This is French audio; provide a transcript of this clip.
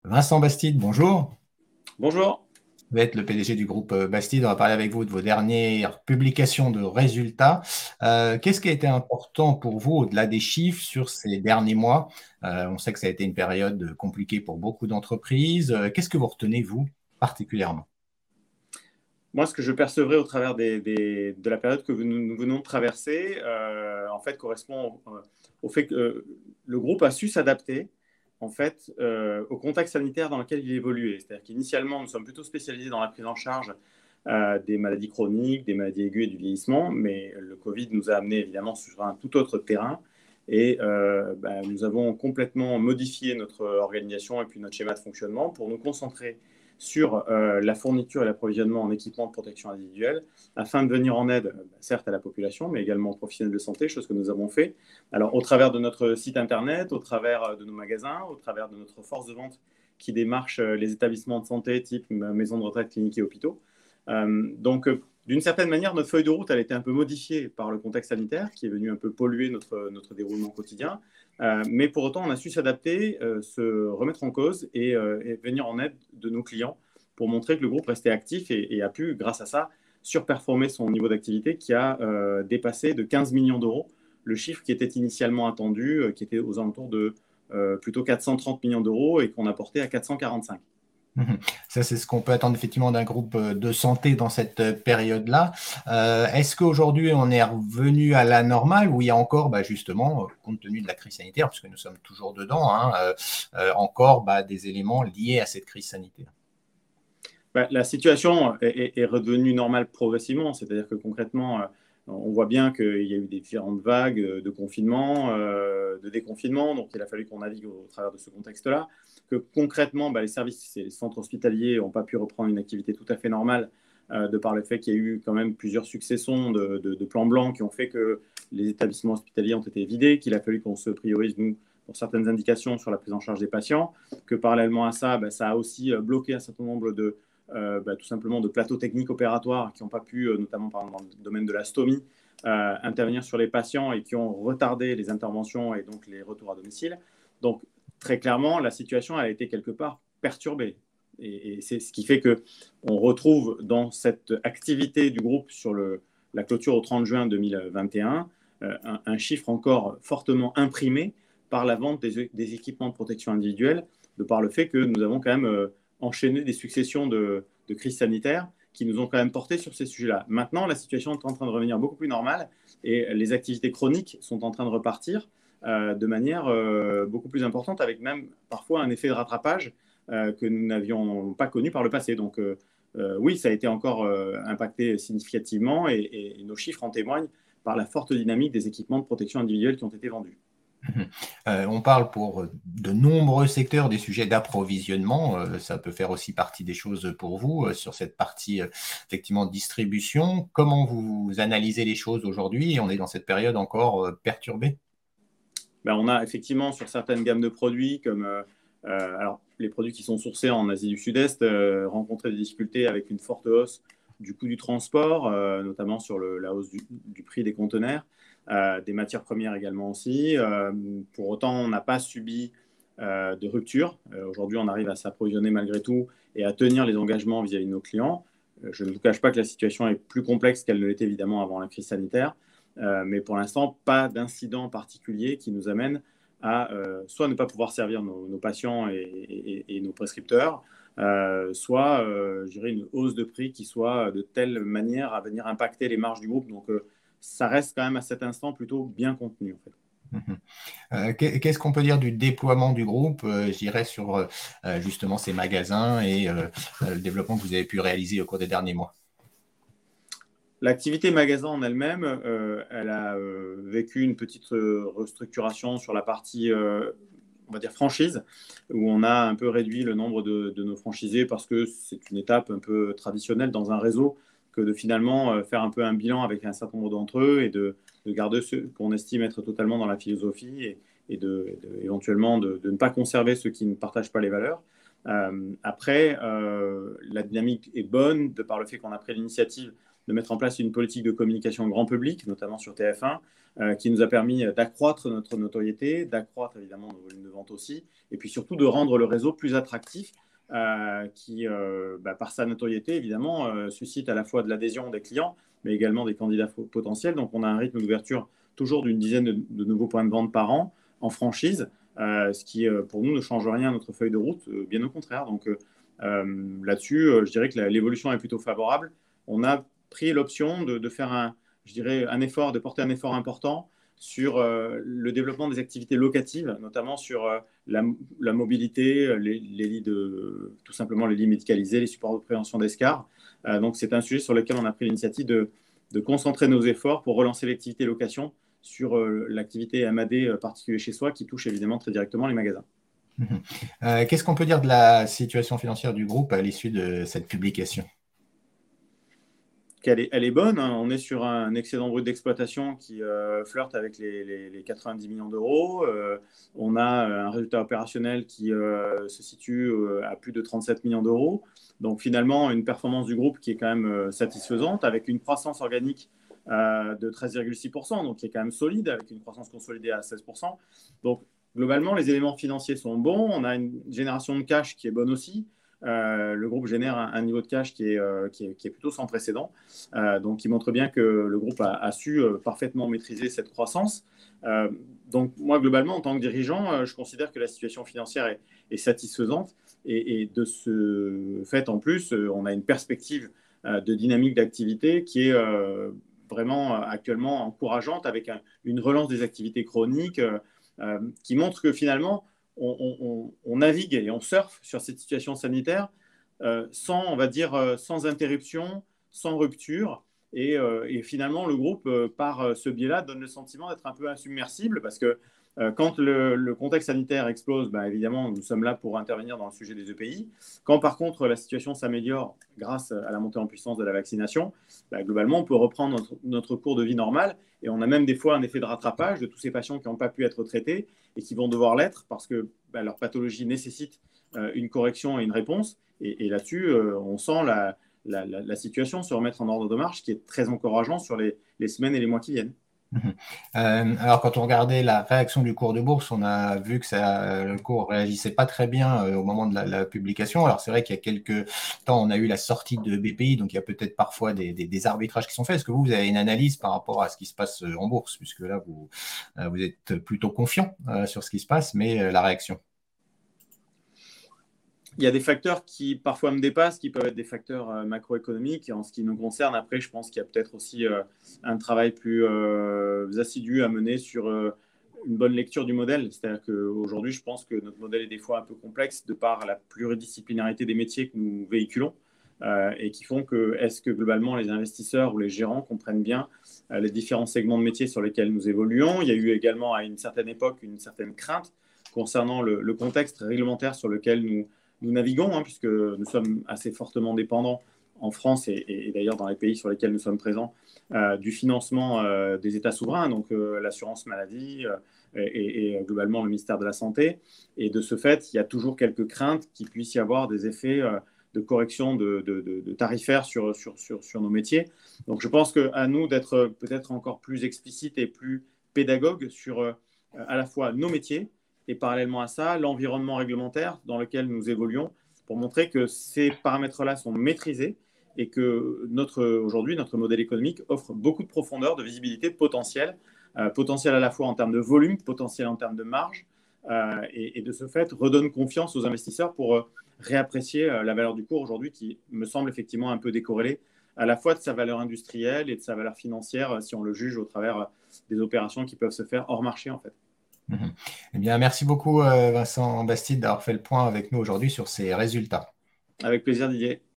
Vincent Bastide, bonjour. Bonjour. Vous êtes le PDG du groupe Bastide. On va parler avec vous de vos dernières publications de résultats. Qu'est-ce qui a été important pour vous au-delà des chiffres sur ces derniers mois? On sait que ça a été une période compliquée pour beaucoup d'entreprises. Qu'est-ce que vous retenez, vous, particulièrement? Moi, ce que je percevrai au travers de la période que nous venons de traverser, en fait, correspond au fait que le groupe a su s'adapter en fait, au contexte sanitaire dans lequel il évoluait. C'est-à-dire qu'initialement, nous sommes plutôt spécialisés dans la prise en charge des maladies chroniques, des maladies aiguës et du vieillissement, mais le Covid nous a amené évidemment sur un tout autre terrain. Et nous avons complètement modifié notre organisation et puis notre schéma de fonctionnement pour nous concentrer sur la fourniture et l'approvisionnement en équipements de protection individuelle afin de venir en aide, certes à la population, mais également aux professionnels de santé, chose que nous avons fait. Alors, au travers de notre site internet, au travers de nos magasins, au travers de notre force de vente qui démarche les établissements de santé type maisons de retraite, cliniques et hôpitaux. D'une certaine manière, notre feuille de route, elle a été un peu modifiée par le contexte sanitaire qui est venu un peu polluer notre déroulement quotidien. Mais pour autant, on a su s'adapter, se remettre en cause et venir en aide de nos clients pour montrer que le groupe restait actif et a pu, grâce à ça, surperformer son niveau d'activité qui a dépassé de 15 millions d'euros le chiffre qui était initialement attendu, qui était aux alentours de plutôt 430 millions d'euros et qu'on a porté à 445. Mhm. Ça, c'est ce qu'on peut attendre effectivement d'un groupe de santé dans cette période-là. Est-ce qu'aujourd'hui, on est revenu à la normale ou il y a encore, justement, compte tenu de la crise sanitaire, puisque nous sommes toujours dedans, hein, encore des éléments liés à cette crise sanitaire? La situation est redevenue normale progressivement, c'est-à-dire que concrètement, on voit bien qu'il y a eu des différentes vagues de confinement, de déconfinement, donc il a fallu qu'on navigue au travers de ce contexte-là, que concrètement, les services et les centres hospitaliers n'ont pas pu reprendre une activité tout à fait normale, de par le fait qu'il y a eu quand même plusieurs successions de plans blancs qui ont fait que les établissements hospitaliers ont été vidés, qu'il a fallu qu'on se priorise, nous, pour certaines indications sur la prise en charge des patients, que parallèlement à ça, ça a aussi bloqué un certain nombre tout simplement de plateaux techniques opératoires qui n'ont pas pu, notamment dans le domaine de la stomie, intervenir sur les patients et qui ont retardé les interventions et donc les retours à domicile. Donc, très clairement, la situation a été quelque part perturbée. Et c'est ce qui fait qu'on retrouve dans cette activité du groupe sur la clôture au 30 juin 2021 un chiffre encore fortement imprimé par la vente des équipements de protection individuelle, de par le fait que nous avons quand même enchaîné des successions de crises sanitaires qui nous ont quand même porté sur ces sujets-là. Maintenant, la situation est en train de revenir beaucoup plus normale et les activités chroniques sont en train de repartir de manière beaucoup plus importante, avec même parfois un effet de rattrapage que nous n'avions pas connu par le passé. Donc, oui, ça a été encore impacté significativement et nos chiffres en témoignent par la forte dynamique des équipements de protection individuelle qui ont été vendus. Mhm. On parle pour de nombreux secteurs des sujets d'approvisionnement. Ça peut faire aussi partie des choses pour vous sur cette partie effectivement distribution. Comment vous analysez les choses aujourd'hui? On est dans cette période encore perturbée. On a effectivement sur certaines gammes de produits, comme alors, les produits qui sont sourcés en Asie du Sud-Est, rencontré des difficultés avec une forte hausse du coût du transport, notamment sur la hausse du prix des conteneurs, des matières premières également aussi. Pour autant, on n'a pas subi de rupture. Aujourd'hui, on arrive à s'approvisionner malgré tout et à tenir les engagements vis-à-vis de nos clients. Je ne vous cache pas que la situation est plus complexe qu'elle ne l'était évidemment avant la crise sanitaire. Mais pour l'instant, pas d'incident particulier qui nous amène à soit ne pas pouvoir servir nos patients et nos prescripteurs, soit, je dirais, une hausse de prix qui soit de telle manière à venir impacter les marges du groupe. Donc, ça reste quand même à cet instant plutôt bien contenu, en fait. Mhm. Qu'est-ce qu'on peut dire du déploiement du groupe, je dirais, sur justement ces magasins et le développement que vous avez pu réaliser au cours des derniers mois? L'activité magasin en elle-même, elle a vécu une petite restructuration sur la partie, on va dire, franchise, où on a un peu réduit le nombre de nos franchisés parce que c'est une étape un peu traditionnelle dans un réseau que de finalement faire un peu un bilan avec un certain nombre d'entre eux et de garder ceux qu'on estime être totalement dans la philosophie éventuellement de ne pas conserver ceux qui ne partagent pas les valeurs. Après, la dynamique est bonne de par le fait qu'on a pris l'initiative de mettre en place une politique de communication grand public, notamment sur TF1, qui nous a permis d'accroître notre notoriété, d'accroître évidemment nos volumes de vente aussi, et puis surtout de rendre le réseau plus attractif, qui, par sa notoriété, évidemment, suscite à la fois de l'adhésion des clients, mais également des candidats potentiels. Donc, on a un rythme d'ouverture toujours d'une dizaine de nouveaux points de vente par an en franchise, ce qui, pour nous, ne change rien à notre feuille de route, bien au contraire. Donc, là-dessus, je dirais que l'évolution est plutôt favorable. On a pris l'option de faire un effort, de porter un effort important sur le développement des activités locatives, notamment sur la mobilité, les lits tout simplement les lits médicalisés, les supports de prévention d'escar. Donc, c'est un sujet sur lequel on a pris l'initiative de concentrer nos efforts pour relancer l'activité location sur l'activité MAD particulier chez soi qui touche évidemment très directement les magasins. Qu'est-ce qu'on peut dire de la situation financière du groupe à l'issue de cette publication? Elle est bonne, hein. On est sur un excédent brut d'exploitation qui flirte avec les 90 millions d'euros. On a un résultat opérationnel qui se situe à plus de 37 millions d'euros. Donc finalement, une performance du groupe qui est quand même satisfaisante, avec une croissance organique de 13,6%, donc qui est quand même solide, avec une croissance consolidée à 16%. Donc globalement, les éléments financiers sont bons. On a une génération de cash qui est bonne aussi. Le groupe génère un niveau de cash qui est plutôt sans précédent, donc qui montre bien que le groupe a su parfaitement maîtriser cette croissance. Donc moi, globalement, en tant que dirigeant, je considère que la situation financière est satisfaisante, et de ce fait, en plus, on a une perspective de dynamique d'activité qui est vraiment actuellement encourageante, avec une relance des activités chroniques qui montre que finalement, on navigue et on surfe sur cette situation sanitaire sans, on va dire, sans interruption, sans rupture. Et finalement, le groupe, par ce biais-là, donne le sentiment d'être un peu insubmersible, parce que quand le contexte sanitaire explose, évidemment, nous sommes là pour intervenir dans le sujet des EPI. Quand, par contre, la situation s'améliore grâce à la montée en puissance de la vaccination, globalement, on peut reprendre notre cours de vie normal. Et on a même des fois un effet de rattrapage de tous ces patients qui n'ont pas pu être traités et qui vont devoir l'être parce que leur pathologie nécessite une correction et une réponse. Et là-dessus, on sent la situation se remettre en ordre de marche, qui est très encourageant sur les semaines et les mois qui viennent. Alors, quand on regardait la réaction du cours de bourse, on a vu que le cours réagissait pas très bien au moment de la publication. Alors, c'est vrai qu'il y a quelques temps, on a eu la sortie de BPI, donc il y a peut-être parfois des arbitrages qui sont faits. Est-ce que vous avez une analyse par rapport à ce qui se passe en bourse, puisque là, vous êtes plutôt confiant sur ce qui se passe, mais la réaction? Il y a des facteurs qui parfois me dépassent, qui peuvent être des facteurs macroéconomiques. Et en ce qui nous concerne, après, je pense qu'il y a peut-être aussi un travail plus assidu à mener sur une bonne lecture du modèle. C'est-à-dire qu'aujourd'hui, je pense que notre modèle est des fois un peu complexe de par la pluridisciplinarité des métiers que nous véhiculons et qui font que, est-ce que globalement les investisseurs ou les gérants comprennent bien les différents segments de métiers sur lesquels nous évoluons. Il y a eu également à une certaine époque une certaine crainte concernant le contexte réglementaire sur lequel nous naviguons, hein, puisque nous sommes assez fortement dépendants en France et d'ailleurs dans les pays sur lesquels nous sommes présents du financement des États souverains, donc l'assurance maladie et globalement le ministère de la Santé. Et de ce fait, il y a toujours quelques craintes qu'il puisse y avoir des effets de correction de tarifaires sur nos métiers. Donc je pense qu'à nous d'être peut-être encore plus explicites et plus pédagogues sur à la fois nos métiers, et parallèlement à ça, l'environnement réglementaire dans lequel nous évoluons, pour montrer que ces paramètres-là sont maîtrisés et que aujourd'hui, notre modèle économique offre beaucoup de profondeur, de visibilité, de potentiel à la fois en termes de volume, potentiel en termes de marge, et de ce fait, redonne confiance aux investisseurs pour réapprécier la valeur du cours aujourd'hui, qui me semble effectivement un peu décorrélée à la fois de sa valeur industrielle et de sa valeur financière, si on le juge au travers des opérations qui peuvent se faire hors marché, en fait. Eh bien, merci beaucoup, Vincent Bastide, d'avoir fait le point avec nous aujourd'hui sur ces résultats. Avec plaisir, Didier.